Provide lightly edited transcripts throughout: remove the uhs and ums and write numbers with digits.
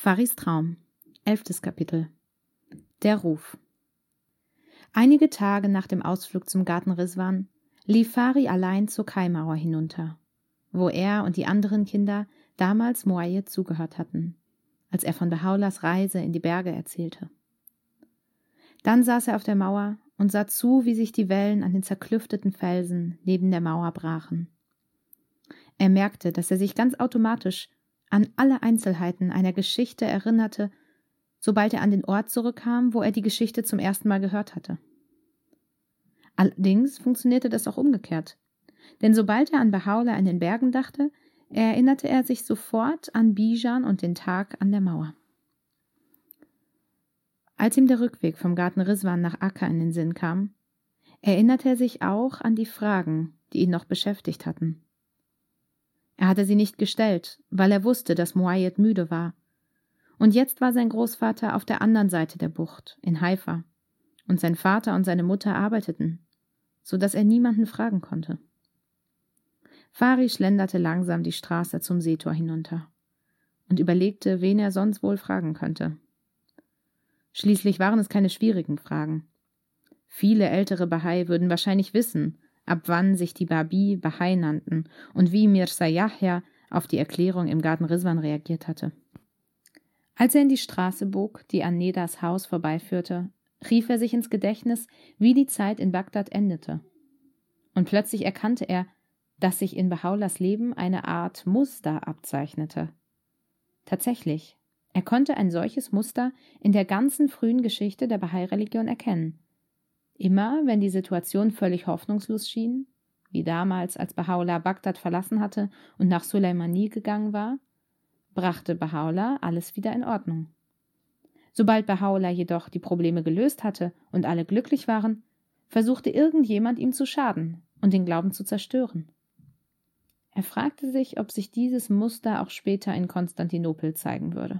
Faris Traum, 11. Kapitel. Der Ruf. Einige Tage nach dem Ausflug zum Garten Rizwan lief Fari allein zur Kaimauer hinunter, wo er und die anderen Kinder damals Muayyid zugehört hatten, als er von Bahaulas Reise in die Berge erzählte. Dann saß er auf der Mauer und sah zu, wie sich die Wellen an den zerklüfteten Felsen neben der Mauer brachen. Er merkte, dass er sich ganz automatisch an alle Einzelheiten einer Geschichte erinnerte, sobald er an den Ort zurückkam, wo er die Geschichte zum ersten Mal gehört hatte. Allerdings funktionierte das auch umgekehrt, denn sobald er an Bahá'u'lláh in den Bergen dachte, erinnerte er sich sofort an Bijan und den Tag an der Mauer. Als ihm der Rückweg vom Garten Rizwan nach Akka in den Sinn kam, erinnerte er sich auch an die Fragen, die ihn noch beschäftigt hatten. Er hatte sie nicht gestellt, weil er wusste, dass Muayyid müde war. Und jetzt war sein Großvater auf der anderen Seite der Bucht, in Haifa, und sein Vater und seine Mutter arbeiteten, so dass er niemanden fragen konnte. Fari schlenderte langsam die Straße zum Seetor hinunter und überlegte, wen er sonst wohl fragen könnte. Schließlich waren es keine schwierigen Fragen. Viele ältere Bahai würden wahrscheinlich wissen, ab wann sich die Babi Bahai nannten und wie Mirza Yahya auf die Erklärung im Garten Rizwan reagiert hatte. Als er in die Straße bog, die an Nedas Haus vorbeiführte, rief er sich ins Gedächtnis, wie die Zeit in Bagdad endete. Und plötzlich erkannte er, dass sich in Bahaulas Leben eine Art Muster abzeichnete. Tatsächlich, er konnte ein solches Muster in der ganzen frühen Geschichte der Bahai-Religion erkennen. Immer, wenn die Situation völlig hoffnungslos schien, wie damals, als Baha'u'lláh Bagdad verlassen hatte und nach Suleimanie gegangen war, brachte Baha'u'lláh alles wieder in Ordnung. Sobald Baha'u'lláh jedoch die Probleme gelöst hatte und alle glücklich waren, versuchte irgendjemand ihm zu schaden und den Glauben zu zerstören. Er fragte sich, ob sich dieses Muster auch später in Konstantinopel zeigen würde.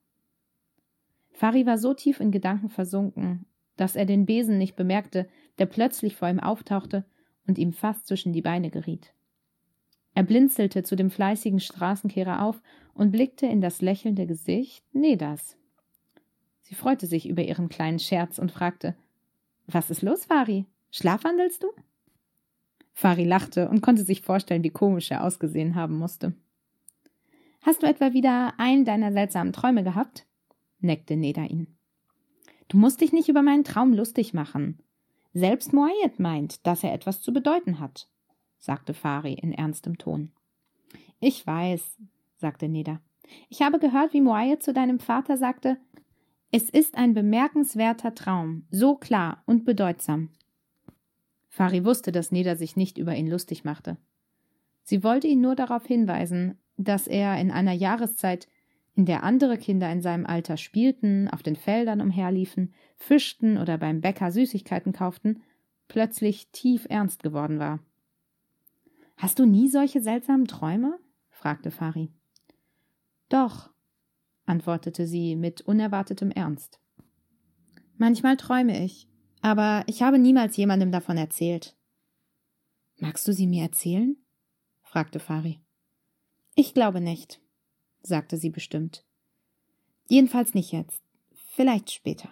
Fari war so tief in Gedanken versunken, dass er den Besen nicht bemerkte, der plötzlich vor ihm auftauchte und ihm fast zwischen die Beine geriet. Er blinzelte zu dem fleißigen Straßenkehrer auf und blickte in das lächelnde Gesicht Nedas. Sie freute sich über ihren kleinen Scherz und fragte: »Was ist los, Fari? Schlafwandelst du?« Fari lachte und konnte sich vorstellen, wie komisch er ausgesehen haben musste. »Hast du etwa wieder einen deiner seltsamen Träume gehabt?« neckte Neda ihn. »Du musst dich nicht über meinen Traum lustig machen. Selbst Muayyid meint, dass er etwas zu bedeuten hat«, sagte Fari in ernstem Ton. »Ich weiß«, sagte Neda. »Ich habe gehört, wie Muayyid zu deinem Vater sagte, es ist ein bemerkenswerter Traum, so klar und bedeutsam.« Fari wusste, dass Neda sich nicht über ihn lustig machte. Sie wollte ihn nur darauf hinweisen, dass er in einer Jahreszeit, in der andere Kinder in seinem Alter spielten, auf den Feldern umherliefen, fischten oder beim Bäcker Süßigkeiten kauften, plötzlich tief ernst geworden war. »Hast du nie solche seltsamen Träume?« fragte Fari. »Doch«, antwortete sie mit unerwartetem Ernst. »Manchmal träume ich, aber ich habe niemals jemandem davon erzählt.« »Magst du sie mir erzählen?« fragte Fari. »Ich glaube nicht«, sagte sie bestimmt. »Jedenfalls nicht jetzt. Vielleicht später.«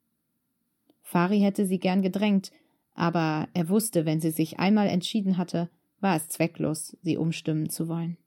Fari hätte sie gern gedrängt, aber er wusste, wenn sie sich einmal entschieden hatte, war es zwecklos, sie umstimmen zu wollen.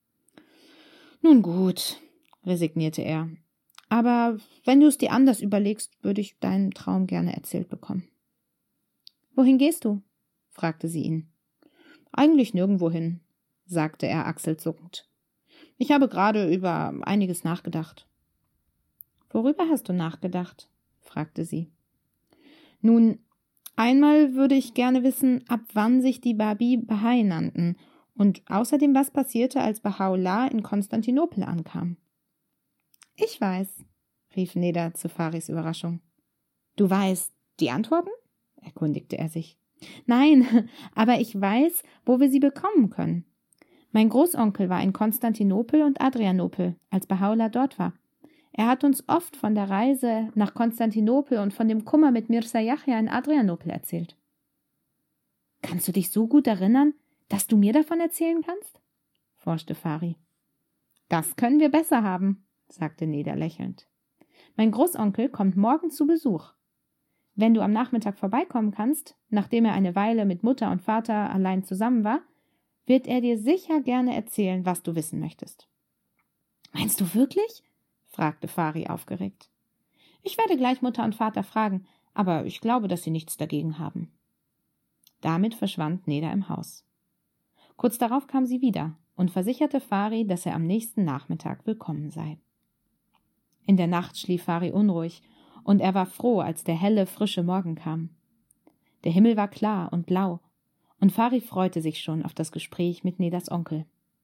»Nun gut«, resignierte er. »Aber wenn du es dir anders überlegst, würde ich deinen Traum gerne erzählt bekommen.« »Wohin gehst du?« fragte sie ihn. »Eigentlich nirgendwohin«, sagte er achselzuckend. »Ich habe gerade über einiges nachgedacht.« »Worüber hast du nachgedacht?« fragte sie. »Nun, einmal würde ich gerne wissen, ab wann sich die Babi Bahai nannten und außerdem, was passierte, als Baha'u'lláh in Konstantinopel ankam.« »Ich weiß«, rief Neda zu Faris Überraschung. »Du weißt die Antworten?« erkundigte er sich. »Nein, aber ich weiß, wo wir sie bekommen können. Mein Großonkel war in Konstantinopel und Adrianopel, als Baha'u'lláh dort war. Er hat uns oft von der Reise nach Konstantinopel und von dem Kummer mit Mirza Yahya in Adrianopel erzählt.« »Kannst du dich so gut erinnern, dass du mir davon erzählen kannst?« forschte Fari. »Das können wir besser haben«, sagte Neda lächelnd. »Mein Großonkel kommt morgen zu Besuch. Wenn du am Nachmittag vorbeikommen kannst, nachdem er eine Weile mit Mutter und Vater allein zusammen war, wird er dir sicher gerne erzählen, was du wissen möchtest.« »Meinst du wirklich?« fragte Fari aufgeregt. »Ich werde gleich Mutter und Vater fragen, aber ich glaube, dass sie nichts dagegen haben.« Damit verschwand Neda im Haus. Kurz darauf kam sie wieder und versicherte Fari, dass er am nächsten Nachmittag willkommen sei. In der Nacht schlief Fari unruhig, und er war froh, als der helle, frische Morgen kam. Der Himmel war klar und blau, und Fari freute sich schon auf das Gespräch mit Nedas Onkel.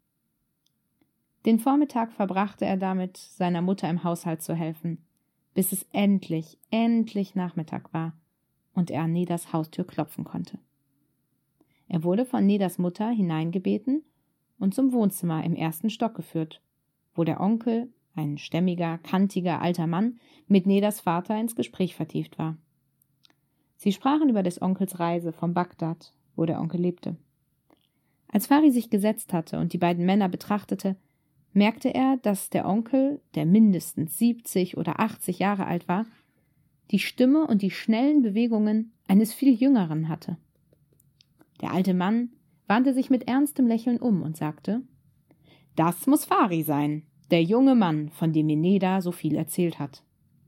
Den Vormittag verbrachte er damit, seiner Mutter im Haushalt zu helfen, bis es endlich Nachmittag war und er an Nedas Haustür klopfen konnte. Er wurde von Nedas Mutter hineingebeten und zum Wohnzimmer im 1. Stock geführt, wo der Onkel, ein stämmiger, kantiger alter Mann, mit Nedas Vater ins Gespräch vertieft war. Sie sprachen über des Onkels Reise von Bagdad, wo der Onkel lebte. Als Fari sich gesetzt hatte und die beiden Männer betrachtete, merkte er, dass der Onkel, der mindestens 70 oder 80 Jahre alt war, die Stimme und die schnellen Bewegungen eines viel Jüngeren hatte. Der alte Mann wandte sich mit ernstem Lächeln um und sagte: »Das muss Fari sein, der junge Mann, von dem mir Neda so viel erzählt hat.«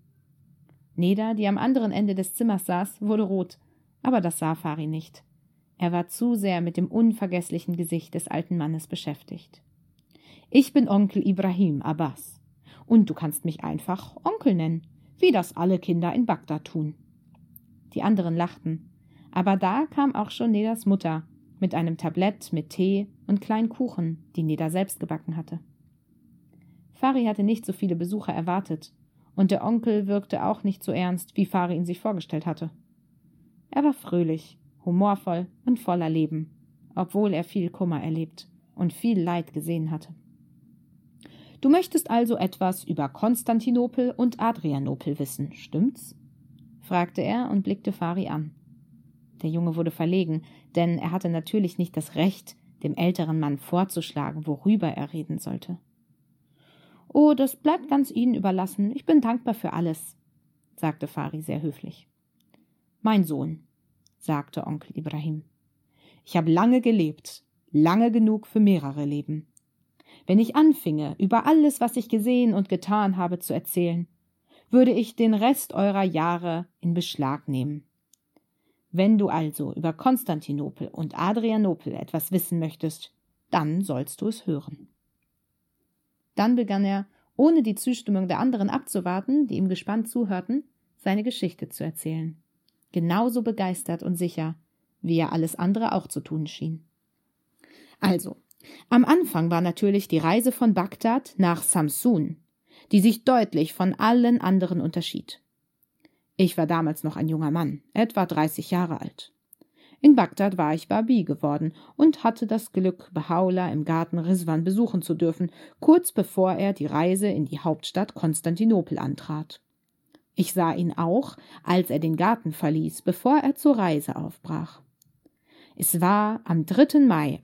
Neda, die am anderen Ende des Zimmers saß, wurde rot, aber das sah Fari nicht. Er war zu sehr mit dem unvergesslichen Gesicht des alten Mannes beschäftigt. »Ich bin Onkel Ibrahim Abbas, und du kannst mich einfach Onkel nennen, wie das alle Kinder in Bagdad tun.« Die anderen lachten, aber da kam auch schon Nedas Mutter mit einem Tablett mit Tee und kleinen Kuchen, die Neda selbst gebacken hatte. Fari hatte nicht so viele Besucher erwartet, und der Onkel wirkte auch nicht so ernst, wie Fari ihn sich vorgestellt hatte. Er war fröhlich, humorvoll und voller Leben, obwohl er viel Kummer erlebt und viel Leid gesehen hatte. »Du möchtest also etwas über Konstantinopel und Adrianopel wissen, stimmt's?« fragte er und blickte Fari an. Der Junge wurde verlegen, denn er hatte natürlich nicht das Recht, dem älteren Mann vorzuschlagen, worüber er reden sollte. »Oh, das bleibt ganz Ihnen überlassen. Ich bin dankbar für alles«, sagte Fari sehr höflich. »Mein Sohn«, sagte Onkel Ibrahim, »ich habe lange gelebt, lange genug für mehrere Leben. Wenn ich anfinge, über alles, was ich gesehen und getan habe, zu erzählen, würde ich den Rest eurer Jahre in Beschlag nehmen. Wenn du also über Konstantinopel und Adrianopel etwas wissen möchtest, dann sollst du es hören.« Dann begann er, ohne die Zustimmung der anderen abzuwarten, die ihm gespannt zuhörten, seine Geschichte zu erzählen. Genauso begeistert und sicher, wie er alles andere auch zu tun schien. Also, am Anfang war natürlich die Reise von Bagdad nach Samsun, die sich deutlich von allen anderen unterschied. Ich war damals noch ein junger Mann, etwa 30 Jahre alt. In Bagdad war ich Babi geworden und hatte das Glück, Baha'u'llah im Garten Rizwan besuchen zu dürfen, kurz bevor er die Reise in die Hauptstadt Konstantinopel antrat. Ich sah ihn auch, als er den Garten verließ, bevor er zur Reise aufbrach. Es war am 3. Mai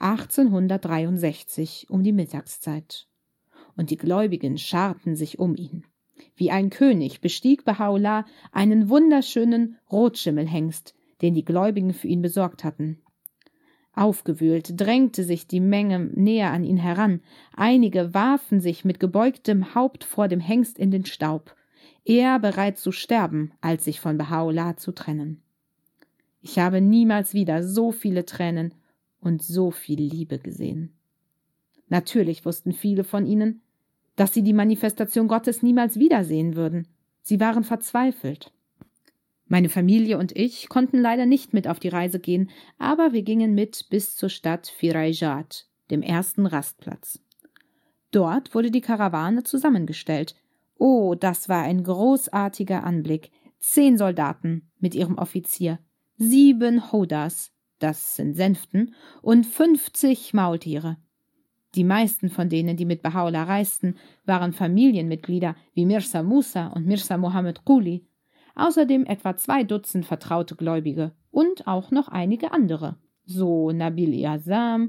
1863 um die Mittagszeit, und die Gläubigen scharten sich um ihn. Wie ein König bestieg Baha'u'llah einen wunderschönen Rotschimmelhengst, den die Gläubigen für ihn besorgt hatten. Aufgewühlt drängte sich die Menge näher an ihn heran, einige warfen sich mit gebeugtem Haupt vor dem Hengst in den Staub, eher bereit zu sterben, als sich von Baha'u'llah zu trennen. Ich habe niemals wieder so viele Tränen und so viel Liebe gesehen. Natürlich wussten viele von ihnen, dass sie die Manifestation Gottes niemals wiedersehen würden. Sie waren verzweifelt. Meine Familie und ich konnten leider nicht mit auf die Reise gehen, aber wir gingen mit bis zur Stadt Firayjat, dem ersten Rastplatz. Dort wurde die Karawane zusammengestellt. Oh, das war ein großartiger Anblick. 10 Soldaten mit ihrem Offizier, 7 Hodas, das sind Sänften, und 50 Maultiere. Die meisten von denen, die mit Baha'u'llah reisten, waren Familienmitglieder wie Mirza Musa und Mirza Mohammed Quli, außerdem etwa 2 Dutzend vertraute Gläubige und auch noch einige andere, so Nabil Azam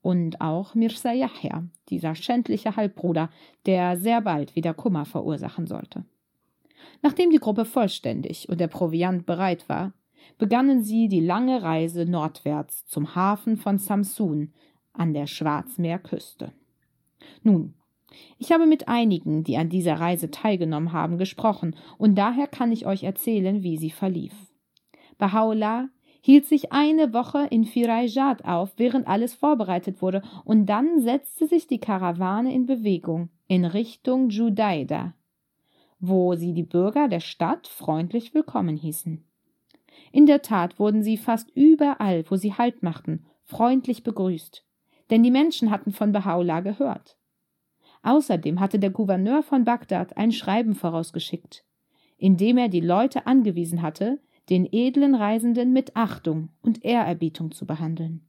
und auch Mirza Yahya, dieser schändliche Halbbruder, der sehr bald wieder Kummer verursachen sollte. Nachdem die Gruppe vollständig und der Proviant bereit war, begannen sie die lange Reise nordwärts zum Hafen von Samsun an der Schwarzmeerküste. Nun, ich habe mit einigen, die an dieser Reise teilgenommen haben, gesprochen, und daher kann ich euch erzählen, wie sie verlief. Baha'u'llah hielt sich eine Woche in Firayjat auf, während alles vorbereitet wurde, und dann setzte sich die Karawane in Bewegung in Richtung Djudeida, wo sie die Bürger der Stadt freundlich willkommen hießen. In der Tat wurden sie fast überall, wo sie Halt machten, freundlich begrüßt, denn die Menschen hatten von Baha'u'llah gehört. Außerdem hatte der Gouverneur von Bagdad ein Schreiben vorausgeschickt, in dem er die Leute angewiesen hatte, den edlen Reisenden mit Achtung und Ehrerbietung zu behandeln.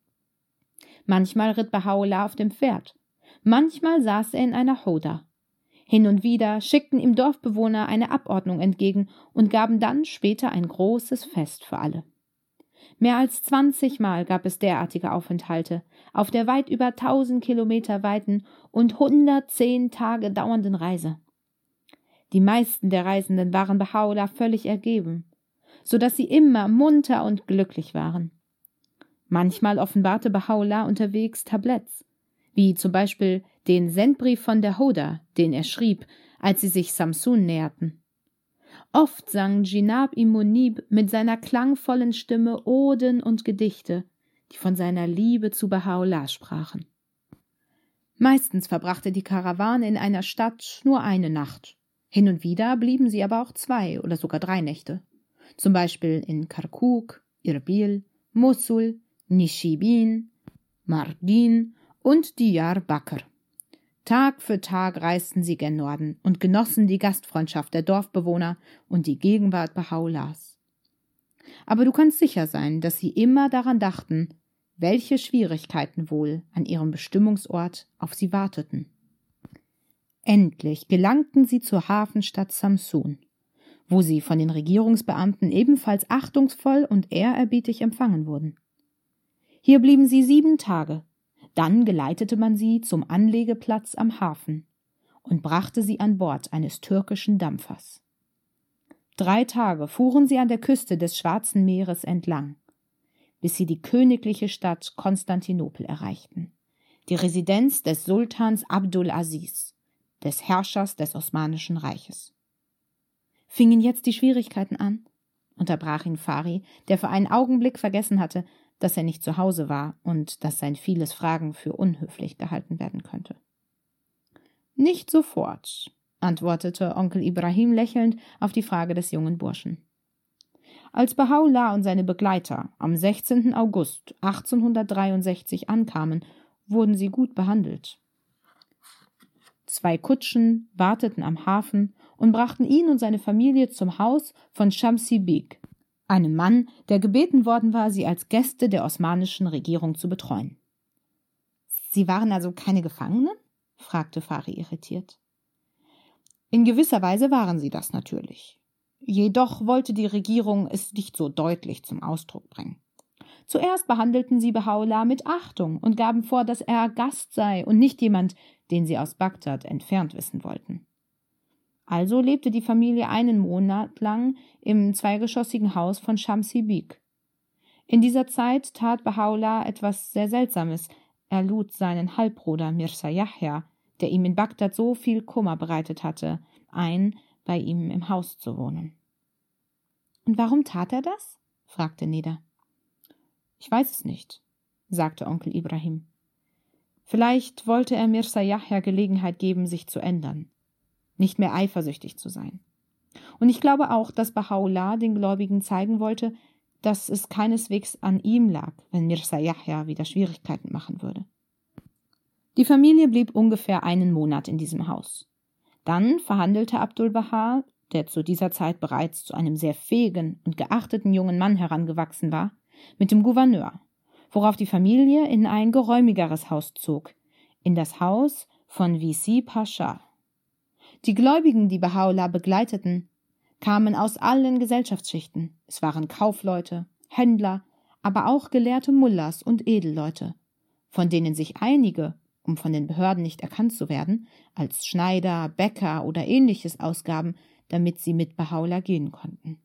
Manchmal ritt Baha'u'llah auf dem Pferd, manchmal saß er in einer Hoda. Hin und wieder schickten ihm Dorfbewohner eine Abordnung entgegen und gaben dann später ein großes Fest für alle. Mehr als 20 Mal gab es derartige Aufenthalte auf der weit über 1000 Kilometer weiten und 110 Tage dauernden Reise. Die meisten der Reisenden waren Baha'u'llah völlig ergeben, so dass sie immer munter und glücklich waren. Manchmal offenbarte Baha'u'llah unterwegs Tabletts, wie zum Beispiel den Sendbrief von der Hoda, den er schrieb, als sie sich Samsun näherten. Oft sang Jinab-i-Munib mit seiner klangvollen Stimme Oden und Gedichte, die von seiner Liebe zu Baha'u'llah sprachen. Meistens verbrachte die Karawane in einer Stadt nur eine Nacht. Hin und wieder blieben sie aber auch 2 oder sogar 3 Nächte. Zum Beispiel in Kirkuk, Irbil, Mosul, Nishibin, Mardin und Diyarbakr. Tag für Tag reisten sie gen Norden und genossen die Gastfreundschaft der Dorfbewohner und die Gegenwart Baha'u'llahs. Aber du kannst sicher sein, dass sie immer daran dachten, welche Schwierigkeiten wohl an ihrem Bestimmungsort auf sie warteten. Endlich gelangten sie zur Hafenstadt Samsun, wo sie von den Regierungsbeamten ebenfalls achtungsvoll und ehrerbietig empfangen wurden. Hier blieben sie 7 Tage. Dann geleitete man sie zum Anlegeplatz am Hafen und brachte sie an Bord eines türkischen Dampfers. 3 Tage fuhren sie an der Küste des Schwarzen Meeres entlang, bis sie die königliche Stadt Konstantinopel erreichten, die Residenz des Sultans Abdul Aziz, des Herrschers des Osmanischen Reiches. Fingen jetzt die Schwierigkeiten an? Unterbrach ihn Fari, der für einen Augenblick vergessen hatte, dass er nicht zu Hause war und dass sein vieles Fragen für unhöflich gehalten werden könnte. Nicht sofort, antwortete Onkel Ibrahim lächelnd auf die Frage des jungen Burschen. Als Baha'u'llah und seine Begleiter am 16. August 1863 ankamen, wurden sie gut behandelt. 2 Kutschen warteten am Hafen und brachten ihn und seine Familie zum Haus von Shamsi Beg, einem Mann, der gebeten worden war, sie als Gäste der osmanischen Regierung zu betreuen. »Sie waren also keine Gefangenen?« fragte Fari irritiert. »In gewisser Weise waren sie das natürlich. Jedoch wollte die Regierung es nicht so deutlich zum Ausdruck bringen. Zuerst behandelten sie Baha'u'llah mit Achtung und gaben vor, dass er Gast sei und nicht jemand, den sie aus Bagdad entfernt wissen wollten. Also lebte die Familie 1 Monat lang im 2-geschossigen Haus von Shamsi Beg. In dieser Zeit tat Baha'u'llah etwas sehr Seltsames. Er lud seinen Halbbruder Mirza Yahya, der ihm in Bagdad so viel Kummer bereitet hatte, ein, bei ihm im Haus zu wohnen. »Und warum tat er das?« fragte Neda. »Ich weiß es nicht«, sagte Onkel Ibrahim. »Vielleicht wollte er Mirza Yahya Gelegenheit geben, sich zu ändern, nicht mehr eifersüchtig zu sein. Und ich glaube auch, dass Baha'u'llah den Gläubigen zeigen wollte, dass es keineswegs an ihm lag, wenn Mirza Yahya wieder Schwierigkeiten machen würde.« Die Familie blieb ungefähr 1 Monat in diesem Haus. Dann verhandelte Abdul Baha, der zu dieser Zeit bereits zu einem sehr fähigen und geachteten jungen Mann herangewachsen war, mit dem Gouverneur, worauf die Familie in ein geräumigeres Haus zog, in das Haus von Visi Pascha. Die Gläubigen, die Baha'u'llah begleiteten, kamen aus allen Gesellschaftsschichten. Es waren Kaufleute, Händler, aber auch gelehrte Mullahs und Edelleute, von denen sich einige, um von den Behörden nicht erkannt zu werden, als Schneider, Bäcker oder Ähnliches ausgaben, damit sie mit Baha'u'llah gehen konnten.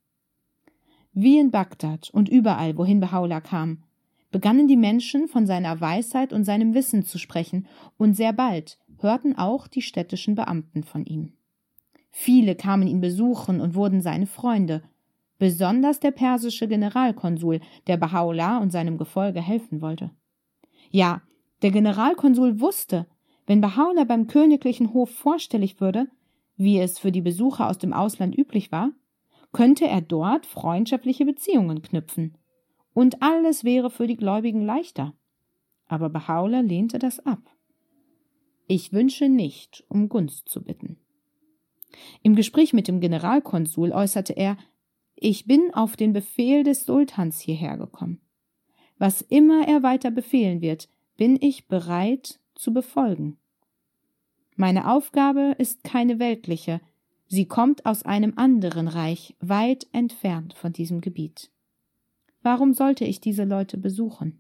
Wie in Bagdad und überall, wohin Baha'u'llah kam, begannen die Menschen von seiner Weisheit und seinem Wissen zu sprechen, und sehr bald hörten auch die städtischen Beamten von ihm. Viele kamen ihn besuchen und wurden seine Freunde, besonders der persische Generalkonsul, der Baha'u'llah und seinem Gefolge helfen wollte. Ja, der Generalkonsul wusste, wenn Baha'u'llah beim königlichen Hof vorstellig würde, wie es für die Besucher aus dem Ausland üblich war, könnte er dort freundschaftliche Beziehungen knüpfen. Und alles wäre für die Gläubigen leichter. Aber Baha'u'llah lehnte das ab. Ich wünsche nicht, um Gunst zu bitten. Im Gespräch mit dem Generalkonsul äußerte er, ich bin auf den Befehl des Sultans hierher gekommen. Was immer er weiter befehlen wird, bin ich bereit zu befolgen. Meine Aufgabe ist keine weltliche, sie kommt aus einem anderen Reich, weit entfernt von diesem Gebiet. Warum sollte ich diese Leute besuchen?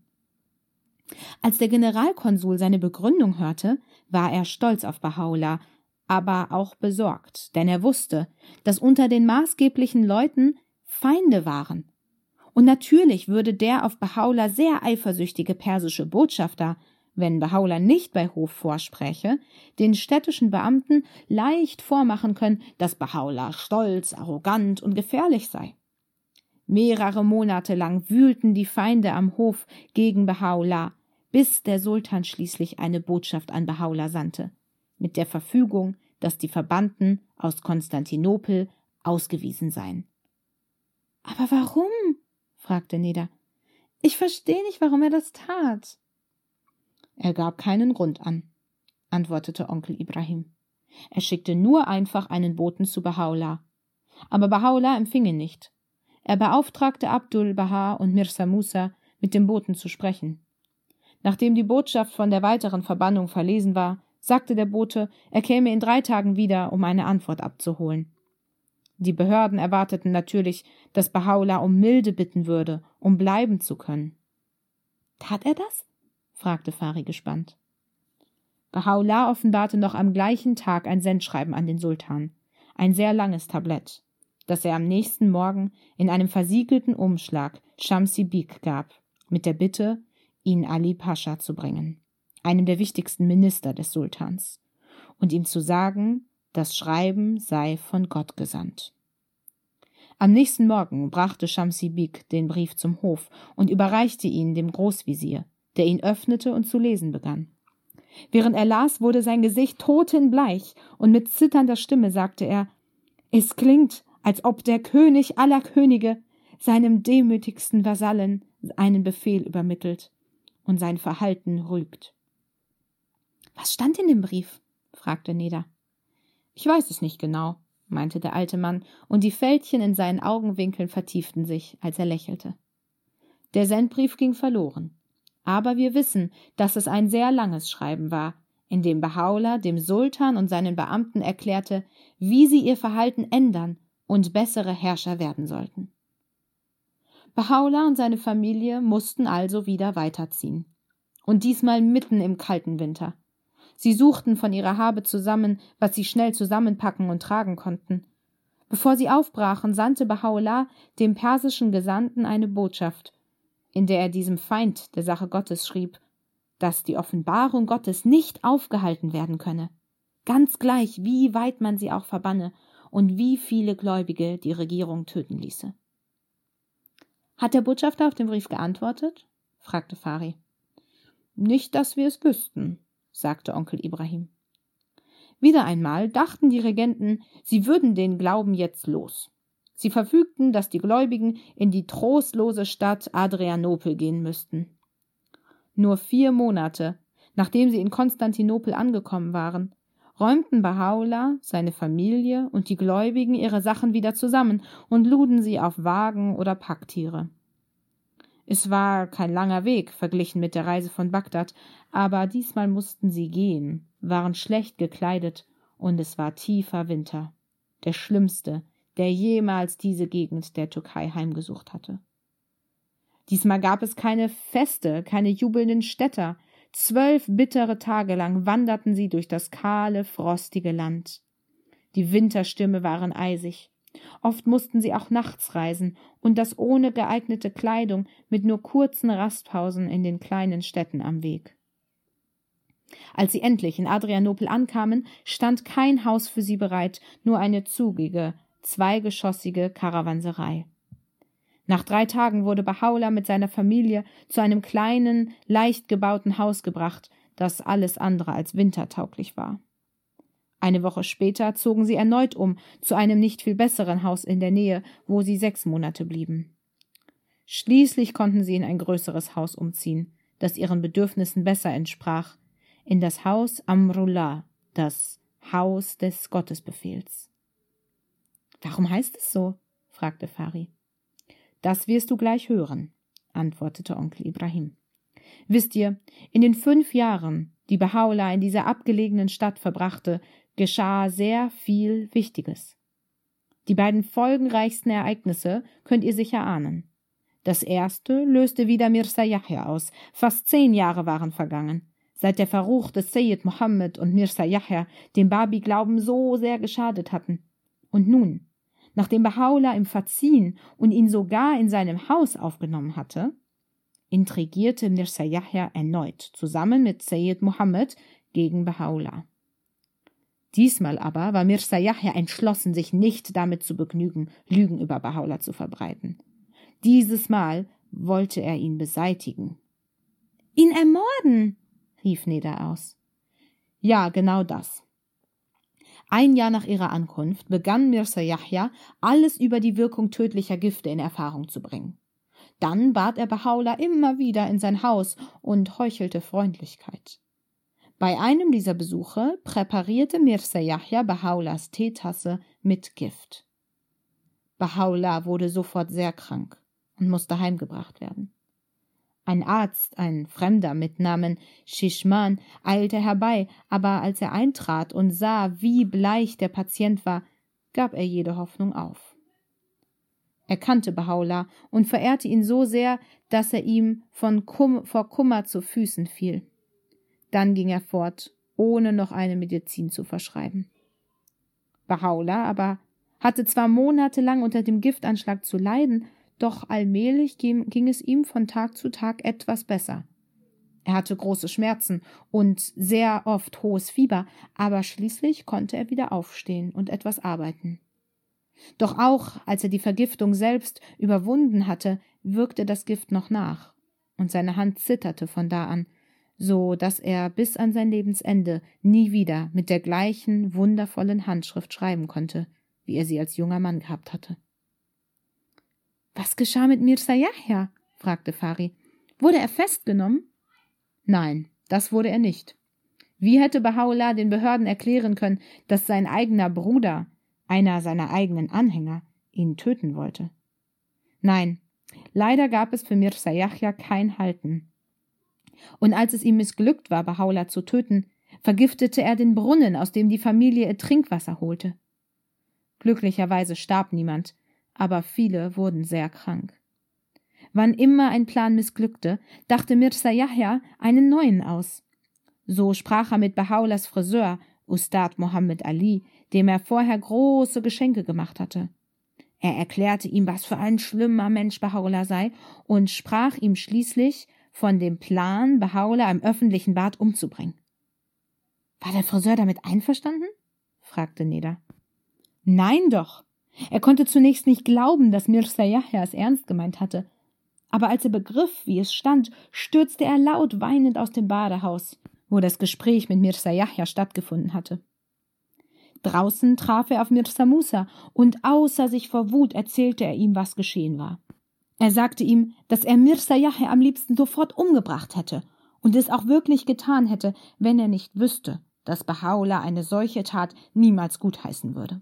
Als der Generalkonsul seine Begründung hörte, war er stolz auf Baha'u'llah, aber auch besorgt, denn er wusste, dass unter den maßgeblichen Leuten Feinde waren. Und natürlich würde der auf Baha'u'llah sehr eifersüchtige persische Botschafter, wenn Baha'u'llah nicht bei Hof vorspräche, den städtischen Beamten leicht vormachen können, dass Baha'u'llah stolz, arrogant und gefährlich sei. Mehrere Monate lang wühlten die Feinde am Hof gegen Baha'u'llah, bis der Sultan schließlich eine Botschaft an Baha'u'llah sandte, mit der Verfügung, dass die Verbannten aus Konstantinopel ausgewiesen seien. »Aber warum?« fragte Neda. »Ich verstehe nicht, warum er das tat.« »Er gab keinen Grund an«, antwortete Onkel Ibrahim. »Er schickte nur einfach einen Boten zu Baha'u'llah. Aber Baha'u'llah empfing ihn nicht. Er beauftragte Abdul Baha und Mirza Musa, mit dem Boten zu sprechen. Nachdem die Botschaft von der weiteren Verbannung verlesen war, sagte der Bote, er käme in 3 Tagen wieder, um eine Antwort abzuholen. Die Behörden erwarteten natürlich, dass Baha'u'llah um Milde bitten würde, um bleiben zu können. »Tat er das?« fragte Fari gespannt. Baha'u'llah offenbarte noch am gleichen Tag ein Sendschreiben an den Sultan, ein sehr langes Tablett, das er am nächsten Morgen in einem versiegelten Umschlag Shamsi Bik gab, mit der Bitte, ihn Ali Pascha zu bringen, einem der wichtigsten Minister des Sultans, und ihm zu sagen, das Schreiben sei von Gott gesandt. Am nächsten Morgen brachte Shamsi Bik den Brief zum Hof und überreichte ihn dem Großvisier, der ihn öffnete und zu lesen begann. Während er las, wurde sein Gesicht totenbleich, und mit zitternder Stimme sagte er, »Es klingt, als ob der König aller Könige seinem demütigsten Vasallen einen Befehl übermittelt und sein Verhalten rügt.« »Was stand in dem Brief?« fragte Neda. »Ich weiß es nicht genau«, meinte der alte Mann, und die Fältchen in seinen Augenwinkeln vertieften sich, als er lächelte. Der Sendbrief ging verloren, aber wir wissen, dass es ein sehr langes Schreiben war, in dem Baha'u'llah dem Sultan und seinen Beamten erklärte, wie sie ihr Verhalten ändern und bessere Herrscher werden sollten. Baha'u'llah und seine Familie mussten also wieder weiterziehen, und diesmal mitten im kalten Winter. Sie suchten von ihrer Habe zusammen, was sie schnell zusammenpacken und tragen konnten. Bevor sie aufbrachen, sandte Baha'u'llah dem persischen Gesandten eine Botschaft, in der er diesem Feind der Sache Gottes schrieb, dass die Offenbarung Gottes nicht aufgehalten werden könne, ganz gleich, wie weit man sie auch verbanne und wie viele Gläubige die Regierung töten ließe. »Hat der Botschafter auf den Brief geantwortet?« fragte Fari. »Nicht, dass wir es wüssten«, sagte Onkel Ibrahim. Wieder einmal dachten die Regenten, sie würden den Glauben jetzt los. Sie verfügten, dass die Gläubigen in die trostlose Stadt Adrianopel gehen müssten. Nur 4 Monate, nachdem sie in Konstantinopel angekommen waren, räumten Baha'u'llah, seine Familie und die Gläubigen ihre Sachen wieder zusammen und luden sie auf Wagen oder Packtiere. Es war kein langer Weg, verglichen mit der Reise von Bagdad, aber diesmal mussten sie gehen, waren schlecht gekleidet, und es war tiefer Winter, der schlimmste, der jemals diese Gegend der Türkei heimgesucht hatte. Diesmal gab es keine Feste, keine jubelnden Städter. 12 bittere Tage lang wanderten sie durch das kahle, frostige Land. Die Winterstürme waren eisig. Oft mussten sie auch nachts reisen, und das ohne geeignete Kleidung, mit nur kurzen Rastpausen in den kleinen Städten am Weg. Als sie endlich in Adrianopel ankamen, stand kein Haus für sie bereit, nur eine zugige, zweigeschossige Karawanserei. Nach 3 Tagen wurde Baha'u'llah mit seiner Familie zu einem kleinen, leicht gebauten Haus gebracht, das alles andere als wintertauglich war. Eine Woche später zogen sie erneut um zu einem nicht viel besseren Haus in der Nähe, wo sie 6 Monate blieben. Schließlich konnten sie in ein größeres Haus umziehen, das ihren Bedürfnissen besser entsprach, in das Haus Amrullah, das Haus des Gottesbefehls. »Warum heißt es so?« fragte Fari. »Das wirst du gleich hören«, antwortete Onkel Ibrahim. »Wisst ihr, in den 5 Jahren, die Baha'u'llah in dieser abgelegenen Stadt verbrachte, geschah sehr viel Wichtiges. Die beiden folgenreichsten Ereignisse könnt ihr sicher ahnen. Das erste löste wieder Mirza Yahya aus. Fast 10 Jahre waren vergangen, seit der Verruch des Seyyid Mohammed und Mirza Yahya dem Babi-Glauben so sehr geschadet hatten. Und nun, nachdem Baha'u'llah ihm verziehen und ihn sogar in seinem Haus aufgenommen hatte, intrigierte Mirza Yahya erneut zusammen mit Seyyid Mohammed gegen Baha'u'llah. Diesmal aber war Mirza Yahya entschlossen, sich nicht damit zu begnügen, Lügen über Baha'u'llah zu verbreiten. Dieses Mal wollte er ihn beseitigen. »Ihn ermorden«, rief Neda aus. Ja, genau das. 1 Jahr nach ihrer Ankunft begann Mirza Yahya, alles über die Wirkung tödlicher Gifte in Erfahrung zu bringen. Dann bat er Baha'u'llah immer wieder in sein Haus und heuchelte Freundlichkeit. Bei einem dieser Besuche präparierte Mirza Yahya Baha'u'llahs Teetasse mit Gift. Baha'u'llah wurde sofort sehr krank und musste heimgebracht werden. Ein Arzt, ein Fremder mit Namen Shishman, eilte herbei, aber als er eintrat und sah, wie bleich der Patient war, gab er jede Hoffnung auf. Er kannte Baha'u'llah und verehrte ihn so sehr, dass er ihm vor Kummer zu Füßen fiel. Dann ging er fort, ohne noch eine Medizin zu verschreiben. Baha'u'llah aber hatte zwar monatelang unter dem Giftanschlag zu leiden, doch allmählich ging es ihm von Tag zu Tag etwas besser. Er hatte große Schmerzen und sehr oft hohes Fieber, aber schließlich konnte er wieder aufstehen und etwas arbeiten. Doch auch als er die Vergiftung selbst überwunden hatte, wirkte das Gift noch nach, und seine Hand zitterte von da an, so dass er bis an sein Lebensende nie wieder mit der gleichen wundervollen Handschrift schreiben konnte, wie er sie als junger Mann gehabt hatte. »Was geschah mit Mirza Yahya?« fragte Fari. »Wurde er festgenommen?« »Nein, das wurde er nicht. Wie hätte Baha'u'llah den Behörden erklären können, dass sein eigener Bruder, einer seiner eigenen Anhänger, ihn töten wollte? Nein, leider gab es für Mirza Yahya kein Halten. Und als es ihm missglückt war, Baha'u'llah zu töten, vergiftete er den Brunnen, aus dem die Familie ihr Trinkwasser holte. Glücklicherweise starb niemand, aber viele wurden sehr krank. Wann immer ein Plan missglückte, dachte Mirza Yahya einen neuen aus. So sprach er mit Baha'u'llahs Friseur, Ustad Mohammed Ali, dem er vorher große Geschenke gemacht hatte. Er erklärte ihm, was für ein schlimmer Mensch Baha'u'llah sei und sprach ihm schließlich von dem Plan, Baha'u'llah im öffentlichen Bad umzubringen. »War der Friseur damit einverstanden?« fragte Neda. »Nein doch. Er konnte zunächst nicht glauben, dass Mirza Yahya es ernst gemeint hatte. Aber als er begriff, wie es stand, stürzte er laut weinend aus dem Badehaus, wo das Gespräch mit Mirza Yahya stattgefunden hatte. Draußen traf er auf Mirza Musa und außer sich vor Wut erzählte er ihm, was geschehen war. Er sagte ihm, dass er Mirza Yahya am liebsten sofort umgebracht hätte und es auch wirklich getan hätte, wenn er nicht wüsste, dass Baha'u'llah eine solche Tat niemals gutheißen würde.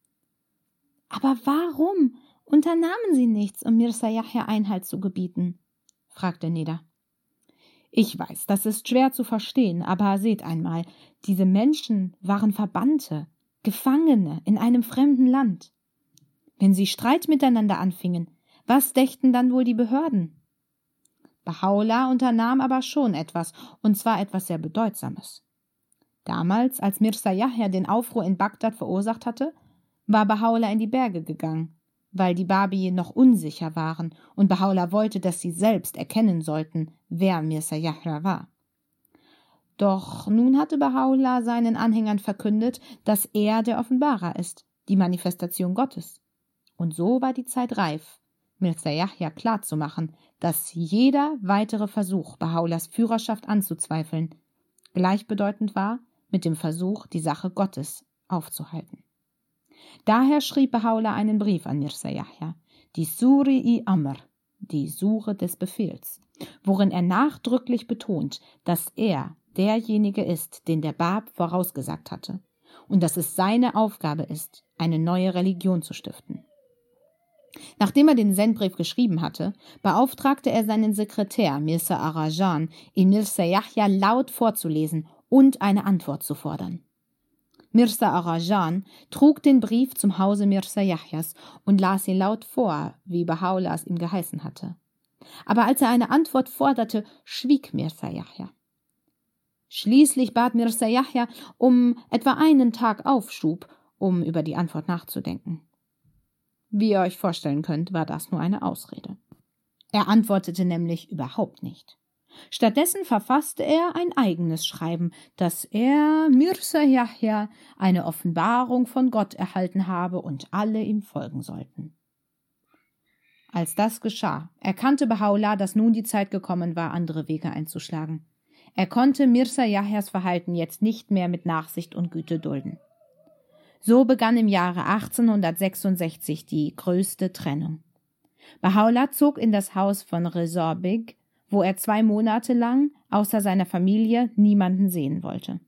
»Aber warum unternahmen Sie nichts, um Mirza Yahya Einhalt zu gebieten?« fragte Neda. »Ich weiß, das ist schwer zu verstehen, aber seht einmal, diese Menschen waren Verbannte, Gefangene in einem fremden Land. Wenn sie Streit miteinander anfingen, was dächten dann wohl die Behörden? Baha'u'llah unternahm aber schon etwas, und zwar etwas sehr Bedeutsames. Damals, als Mirza Yahya den Aufruhr in Bagdad verursacht hatte, war Baha'u'llah in die Berge gegangen, weil die Babi noch unsicher waren und Baha'u'llah wollte, dass sie selbst erkennen sollten, wer Mirza Yahya war. Doch nun hatte Baha'u'llah seinen Anhängern verkündet, dass er der Offenbarer ist, die Manifestation Gottes. Und so war die Zeit reif, Mirza Yahya klarzumachen, dass jeder weitere Versuch, Baha'u'llahs Führerschaft anzuzweifeln, gleichbedeutend war mit dem Versuch, die Sache Gottes aufzuhalten. Daher schrieb Baha'u'llah einen Brief an Mirza Yahya, die Suri-i-Amr, die Sure des Befehls, worin er nachdrücklich betont, dass er derjenige ist, den der Bab vorausgesagt hatte, und dass es seine Aufgabe ist, eine neue Religion zu stiften. Nachdem er den Sendbrief geschrieben hatte, beauftragte er seinen Sekretär Mirza Arajan, ihn Mirza Yahya laut vorzulesen und eine Antwort zu fordern. Mirza Arajan trug den Brief zum Hause Mirza Yahyas und las ihn laut vor, wie Baha'u'llah es ihm geheißen hatte. Aber als er eine Antwort forderte, schwieg Mirza Yahya. Schließlich bat Mirza Yahya um etwa einen Tag Aufschub, um über die Antwort nachzudenken. Wie ihr euch vorstellen könnt, war das nur eine Ausrede. Er antwortete nämlich überhaupt nicht. Stattdessen verfasste er ein eigenes Schreiben, dass er, Mirza Yahya, eine Offenbarung von Gott erhalten habe und alle ihm folgen sollten. Als das geschah, erkannte Baha'u'llah, dass nun die Zeit gekommen war, andere Wege einzuschlagen. Er konnte Mirza Yahyas Verhalten jetzt nicht mehr mit Nachsicht und Güte dulden. So begann im Jahre 1866 die größte Trennung. Baha'u'llah zog in das Haus von Reza Beg, wo er 2 Monate lang außer seiner Familie niemanden sehen wollte.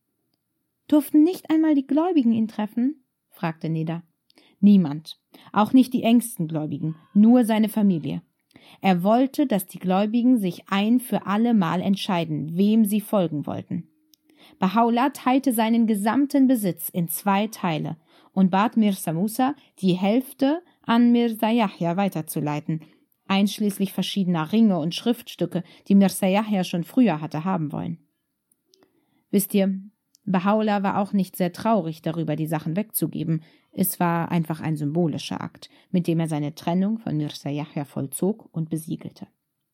»Durften nicht einmal die Gläubigen ihn treffen?« fragte Neda. »Niemand, auch nicht die engsten Gläubigen, nur seine Familie. Er wollte, dass die Gläubigen sich ein für alle Mal entscheiden, wem sie folgen wollten. Baha'u'llah teilte seinen gesamten Besitz in 2 Teile und bat Mirza Musa, die Hälfte an Mirza Yahya weiterzuleiten, einschließlich verschiedener Ringe und Schriftstücke, die Mirza Yahya schon früher hatte haben wollen. Wisst ihr, Baha'u'llah war auch nicht sehr traurig darüber, die Sachen wegzugeben. Es war einfach ein symbolischer Akt, mit dem er seine Trennung von Mirza Yahya vollzog und besiegelte.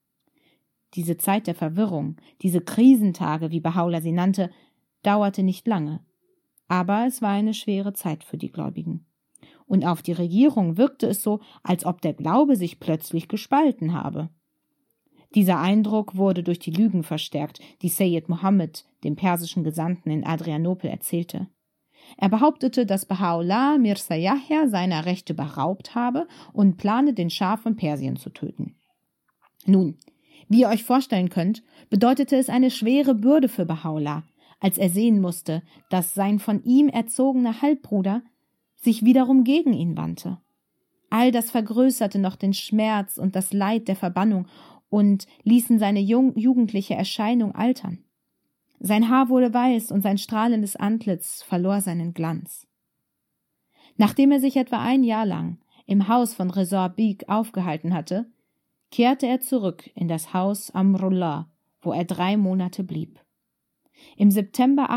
Diese Zeit der Verwirrung, diese Krisentage, wie Baha'u'llah sie nannte, dauerte nicht lange. Aber es war eine schwere Zeit für die Gläubigen. Und auf die Regierung wirkte es so, als ob der Glaube sich plötzlich gespalten habe. Dieser Eindruck wurde durch die Lügen verstärkt, die Sayyid Mohammed, dem persischen Gesandten in Adrianopel, erzählte. Er behauptete, dass Baha'u'llah Mirza Yahya seiner Rechte beraubt habe und plane, den Schah von Persien zu töten. Nun, wie ihr euch vorstellen könnt, bedeutete es eine schwere Bürde für Baha'u'llah, als er sehen musste, dass sein von ihm erzogener Halbbruder sich wiederum gegen ihn wandte. All das vergrößerte noch den Schmerz und das Leid der Verbannung und ließen seine jugendliche Erscheinung altern. Sein Haar wurde weiß und sein strahlendes Antlitz verlor seinen Glanz. Nachdem er sich etwa 1 Jahr lang im Haus von Reza Beg aufgehalten hatte, kehrte er zurück in das Haus Amrullah, wo er 3 Monate blieb. Im September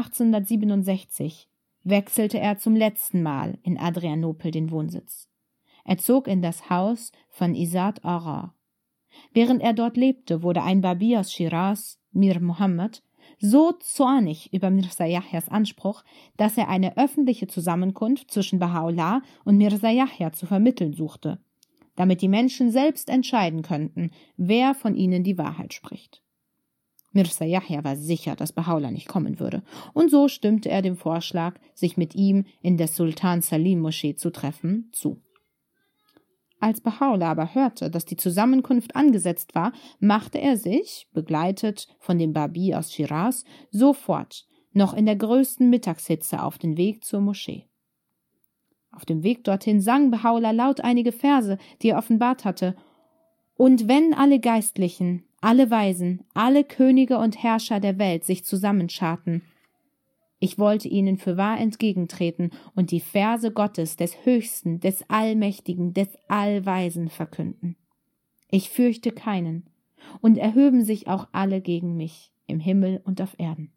1867 wechselte er zum letzten Mal in Adrianopel den Wohnsitz. Er zog in das Haus von Izad Ara. Während er dort lebte, wurde ein Babi aus Schiraz, Mir Muhammad, so zornig über Mirza Yahyas Anspruch, dass er eine öffentliche Zusammenkunft zwischen Baha'u'llah und Mirza Yahya zu vermitteln suchte, damit die Menschen selbst entscheiden könnten, wer von ihnen die Wahrheit spricht. Mirza Yahya war sicher, dass Baha'u'llah nicht kommen würde, und so stimmte er dem Vorschlag, sich mit ihm in der Sultan Salim Moschee zu treffen, zu. Als Baha'u'llah aber hörte, dass die Zusammenkunft angesetzt war, machte er sich, begleitet von dem Babi aus Schiraz, sofort, noch in der größten Mittagshitze, auf den Weg zur Moschee. Auf dem Weg dorthin sang Baha'u'llah laut einige Verse, die er offenbart hatte. Und wenn alle Geistlichen, alle Weisen, alle Könige und Herrscher der Welt sich zusammenscharten, ich wollte ihnen fürwahr entgegentreten und die Verse Gottes, des Höchsten, des Allmächtigen, des Allweisen verkünden. Ich fürchte keinen, und erhöben sich auch alle gegen mich, im Himmel und auf Erden.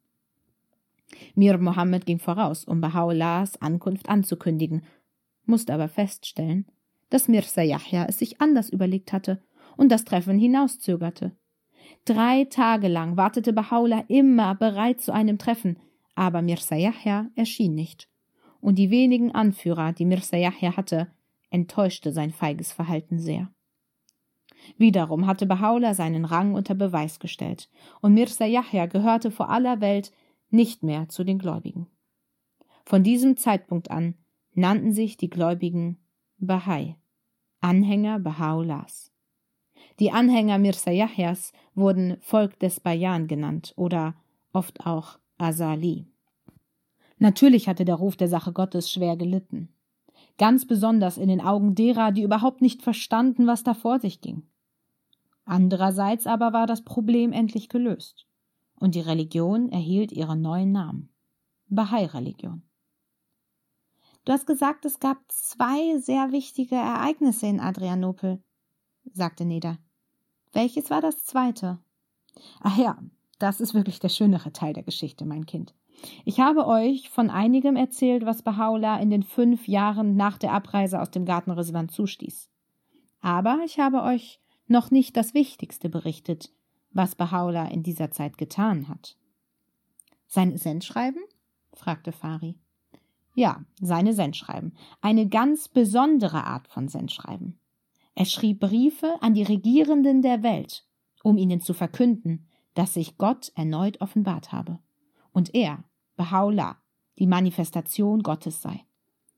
Mir Mohammed ging voraus, um Baha'u'llahs Ankunft anzukündigen, musste aber feststellen, dass Mirza Yahya es sich anders überlegt hatte und das Treffen hinauszögerte. 3 Tage lang wartete Baha'u'llah immer bereit zu einem Treffen, aber Mirza Yahya erschien nicht. Und die wenigen Anführer, die Mirza Yahya hatte, enttäuschte sein feiges Verhalten sehr. Wiederum hatte Baha'u'llah seinen Rang unter Beweis gestellt, und Mirza Yahya gehörte vor aller Welt nicht mehr zu den Gläubigen. Von diesem Zeitpunkt an nannten sich die Gläubigen Bahai, Anhänger Baha'u'llahs. Die Anhänger Mirza Yahyas wurden Volk des Bayan genannt oder oft auch Asali. Natürlich hatte der Ruf der Sache Gottes schwer gelitten. Ganz besonders in den Augen derer, die überhaupt nicht verstanden, was da vor sich ging. Andererseits aber war das Problem endlich gelöst und die Religion erhielt ihren neuen Namen: Bahai-Religion. Du hast gesagt, es gab 2 sehr wichtige Ereignisse in Adrianopel, sagte Neda. Welches war das 2.? Ach ja, das ist wirklich der schönere Teil der Geschichte, mein Kind. Ich habe euch von einigem erzählt, was Baha'u'llah in den 5 Jahren nach der Abreise aus dem Garten Rizwan zustieß. Aber ich habe euch noch nicht das Wichtigste berichtet, was Baha'u'llah in dieser Zeit getan hat. Sein Sendschreiben? Fragte Fari. Ja, seine Sendschreiben. Eine ganz besondere Art von Sendschreiben. Er schrieb Briefe an die Regierenden der Welt, um ihnen zu verkünden, dass sich Gott erneut offenbart habe und er, Baha'u'llah, die Manifestation Gottes sei.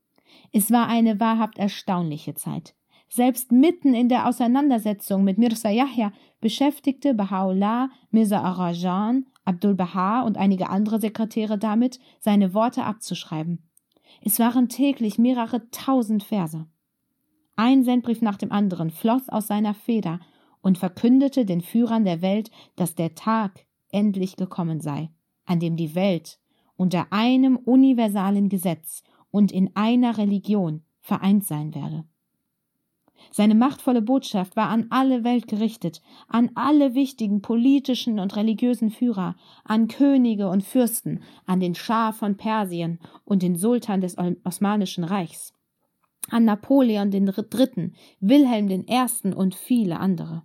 Es war eine wahrhaft erstaunliche Zeit. Selbst mitten in der Auseinandersetzung mit Mirza Yahya beschäftigte Baha'u'llah Mirza Arajan, Abdul Baha und einige andere Sekretäre damit, seine Worte abzuschreiben. Es waren täglich mehrere 1000 Verse. Ein Sendbrief nach dem anderen floss aus seiner Feder und verkündete den Führern der Welt, dass der Tag endlich gekommen sei, an dem die Welt unter einem universalen Gesetz und in einer Religion vereint sein werde. Seine machtvolle Botschaft war an alle Welt gerichtet, an alle wichtigen politischen und religiösen Führer, an Könige und Fürsten, an den Schah von Persien und den Sultan des Osmanischen Reichs, an Napoleon III., Wilhelm I. und viele andere.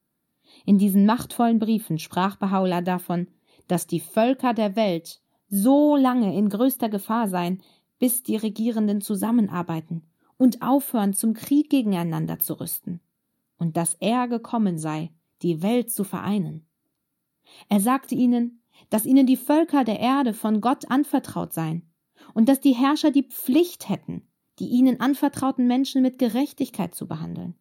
In diesen machtvollen Briefen sprach Baha'u'llah davon, dass die Völker der Welt so lange in größter Gefahr seien, bis die Regierenden zusammenarbeiten und aufhören, zum Krieg gegeneinander zu rüsten, und dass er gekommen sei, die Welt zu vereinen. Er sagte ihnen, dass ihnen die Völker der Erde von Gott anvertraut seien und dass die Herrscher die Pflicht hätten, die ihnen anvertrauten Menschen mit Gerechtigkeit zu behandeln.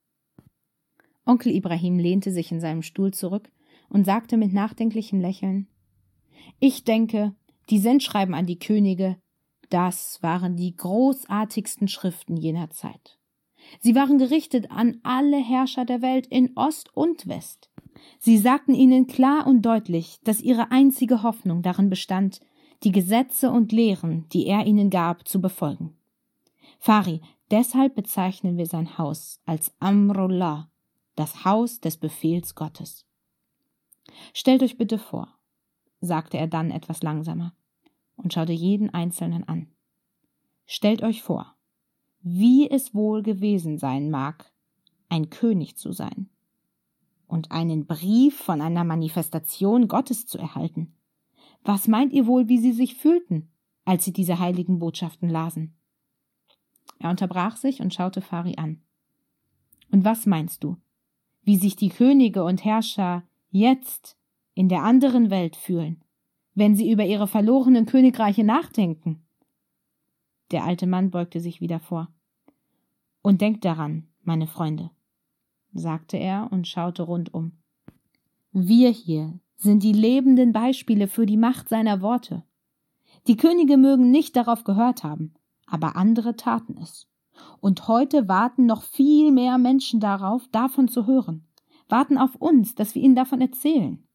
Onkel Ibrahim lehnte sich in seinem Stuhl zurück und sagte mit nachdenklichem Lächeln: Ich denke, die Sendschreiben an die Könige, das waren die großartigsten Schriften jener Zeit. Sie waren gerichtet an alle Herrscher der Welt in Ost und West. Sie sagten ihnen klar und deutlich, dass ihre einzige Hoffnung darin bestand, die Gesetze und Lehren, die er ihnen gab, zu befolgen. Fari, deshalb bezeichnen wir sein Haus als Amrullah, das Haus des Befehls Gottes. Stellt euch bitte vor, sagte er dann etwas langsamer und schaute jeden Einzelnen an. Stellt euch vor, wie es wohl gewesen sein mag, ein König zu sein und einen Brief von einer Manifestation Gottes zu erhalten. Was meint ihr wohl, wie sie sich fühlten, als sie diese heiligen Botschaften lasen? Er unterbrach sich und schaute Fari an. Und was meinst du, wie sich die Könige und Herrscher jetzt in der anderen Welt fühlen, wenn sie über ihre verlorenen Königreiche nachdenken? Der alte Mann beugte sich wieder vor. Und denkt daran, meine Freunde, sagte er und schaute rundum. Wir hier sind die lebenden Beispiele für die Macht seiner Worte. Die Könige mögen nicht darauf gehört haben, aber andere taten es. Und heute warten noch viel mehr Menschen darauf, davon zu hören, warten auf uns, dass wir ihnen davon erzählen.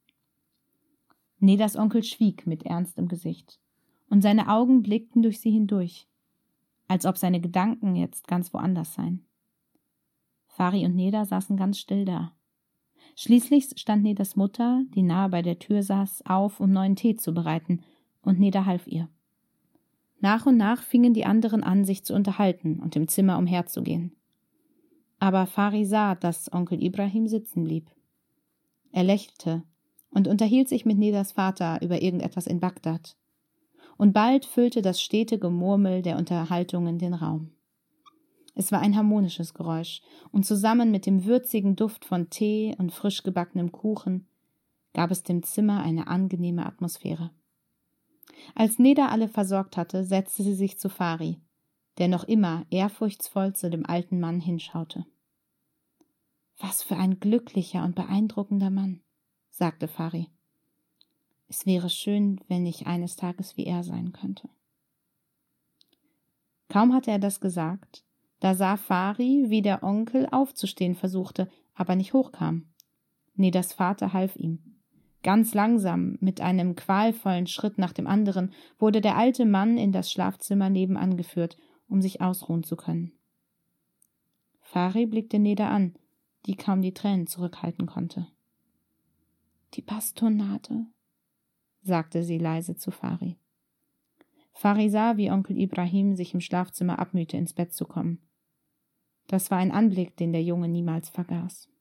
Nedas Onkel schwieg mit ernstem Gesicht, und seine Augen blickten durch sie hindurch, als ob seine Gedanken jetzt ganz woanders seien. Fari und Neda saßen ganz still da. Schließlich stand Nedas Mutter, die nahe bei der Tür saß, auf, um neuen Tee zu bereiten, und Neda half ihr. Nach und nach fingen die anderen an, sich zu unterhalten und im Zimmer umherzugehen. Aber Fari sah, dass Onkel Ibrahim sitzen blieb. Er lächelte und unterhielt sich mit Nedas Vater über irgendetwas in Bagdad. Und bald füllte das stete Gemurmel der Unterhaltungen den Raum. Es war ein harmonisches Geräusch, und zusammen mit dem würzigen Duft von Tee und frisch gebackenem Kuchen gab es dem Zimmer eine angenehme Atmosphäre. Als Neda alle versorgt hatte, setzte sie sich zu Fari, der noch immer ehrfurchtsvoll zu dem alten Mann hinschaute. »Was für ein glücklicher und beeindruckender Mann«, sagte Fari. »Es wäre schön, wenn ich eines Tages wie er sein könnte.« Kaum hatte er das gesagt, da sah Fari, wie der Onkel aufzustehen versuchte, aber nicht hochkam. Nedas Vater half ihm. Ganz langsam, mit einem qualvollen Schritt nach dem anderen, wurde der alte Mann in das Schlafzimmer nebenan geführt, um sich ausruhen zu können. Fari blickte Neda an, die kaum die Tränen zurückhalten konnte. »Die Bastonade«, sagte sie leise zu Fari. Fari sah, wie Onkel Ibrahim sich im Schlafzimmer abmühte, ins Bett zu kommen. Das war ein Anblick, den der Junge niemals vergaß.